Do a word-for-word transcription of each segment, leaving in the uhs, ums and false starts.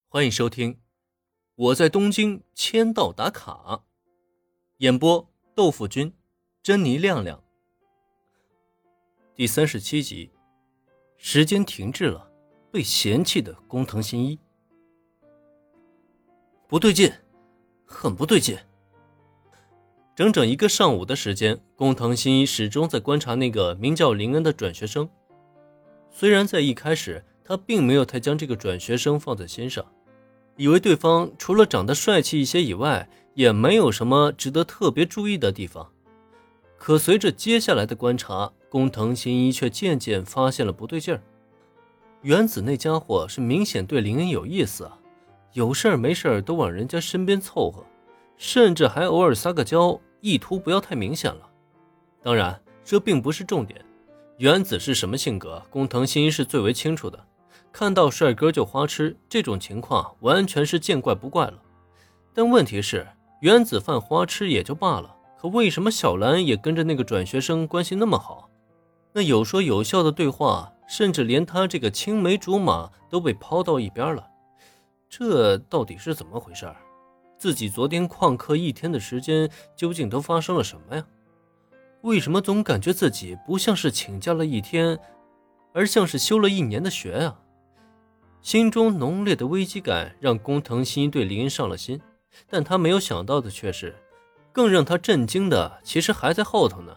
欢迎收听我在东京签到打卡，演播豆腐君、珍妮亮亮。第三十七集，时间停滞了，被嫌弃的工藤新一。不对劲，很不对劲。整整一个上午的时间，工藤新一始终在观察那个名叫林恩的转学生。虽然在一开始他并没有太将这个转学生放在心上，以为对方除了长得帅气一些以外，也没有什么值得特别注意的地方。可随着接下来的观察，工藤新一却渐渐发现了不对劲儿。原子那家伙是明显对林恩有意思啊，有事儿没事儿都往人家身边凑合，甚至还偶尔撒个娇，意图不要太明显了。当然，这并不是重点。原子是什么性格，工藤新一是最为清楚的。看到帅哥就花痴，这种情况完全是见怪不怪了。但问题是，原子犯花痴也就罢了，可为什么小兰也跟着那个转学生关系那么好？那有说有笑的对话，甚至连他这个青梅竹马都被抛到一边了。这到底是怎么回事？自己昨天旷课一天的时间究竟都发生了什么呀？为什么总感觉自己不像是请假了一天，而像是休了一年的学啊？心中浓烈的危机感让工藤新一对林恩上了心，但他没有想到的却是，更让他震惊的其实还在后头呢。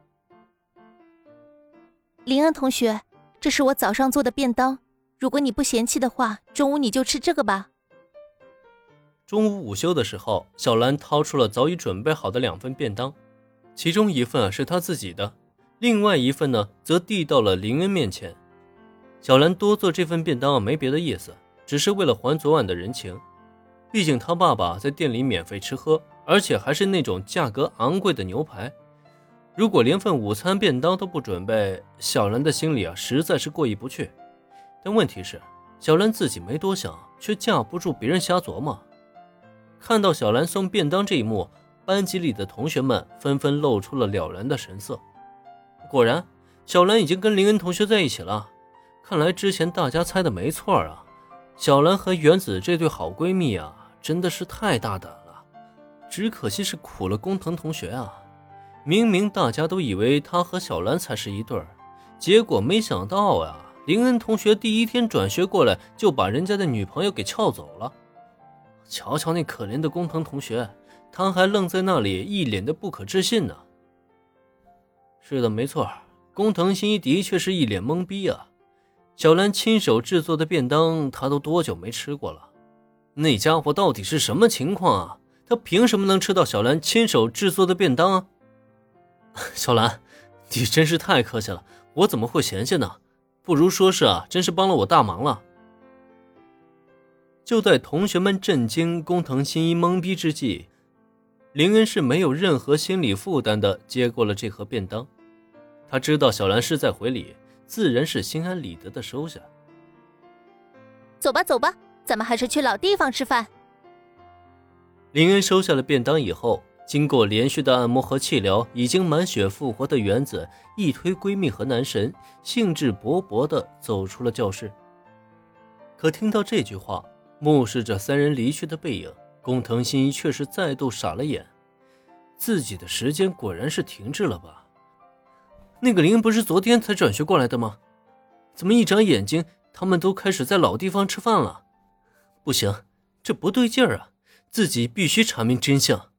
林恩同学，这是我早上做的便当，如果你不嫌弃的话，中午你就吃这个吧。 中午午休的时候，小兰掏出了早已准备好的两份便当，其中一份是她自己的，另外一份呢则递到了林恩面前。小兰多做这份便当没别的意思，只是为了还昨晚的人情。毕竟他爸爸在店里免费吃喝，而且还是那种价格昂贵的牛排。如果连份午餐便当都不准备，小兰的心里啊实在是过意不去。但问题是，小兰自己没多想，却架不住别人瞎琢磨。看到小兰送便当这一幕，班级里的同学们纷纷露出了了然的神色。果然，小兰已经跟林恩同学在一起了。看来之前大家猜的没错啊，小兰和原子这对好闺蜜啊，真的是太大胆了。只可惜是苦了工藤同学啊，明明大家都以为他和小兰才是一对儿，结果没想到啊，林恩同学第一天转学过来就把人家的女朋友给撬走了。瞧瞧那可怜的工藤同学，他还愣在那里，一脸的不可置信呢。是的，没错，工藤新一的确是一脸懵逼啊。小兰亲手制作的便当，他都多久没吃过了？那家伙到底是什么情况啊？他凭什么能吃到小兰亲手制作的便当啊？小兰，你真是太客气了，我怎么会嫌弃呢？不如说是啊，真是帮了我大忙了。就在同学们震惊、工藤新一懵逼之际，林恩是没有任何心理负担的接过了这盒便当。他知道小兰是在回礼，自然是心安理得的收下。 走吧走吧，咱们还是去老地方吃饭。 林恩收下了便当以后，经过连续的按摩和气疗，已经满血复活的原子一推闺蜜和男神，兴致勃勃地走出了教室。可听到这句话，目视着三人离去的背影，工藤新一却是再度傻了眼。自己的时间果然是停滞了吧？那个林恩不是昨天才转学过来的吗？怎么一眨眼睛他们都开始在老地方吃饭了？不行，这不对劲儿啊，自己必须查明真相。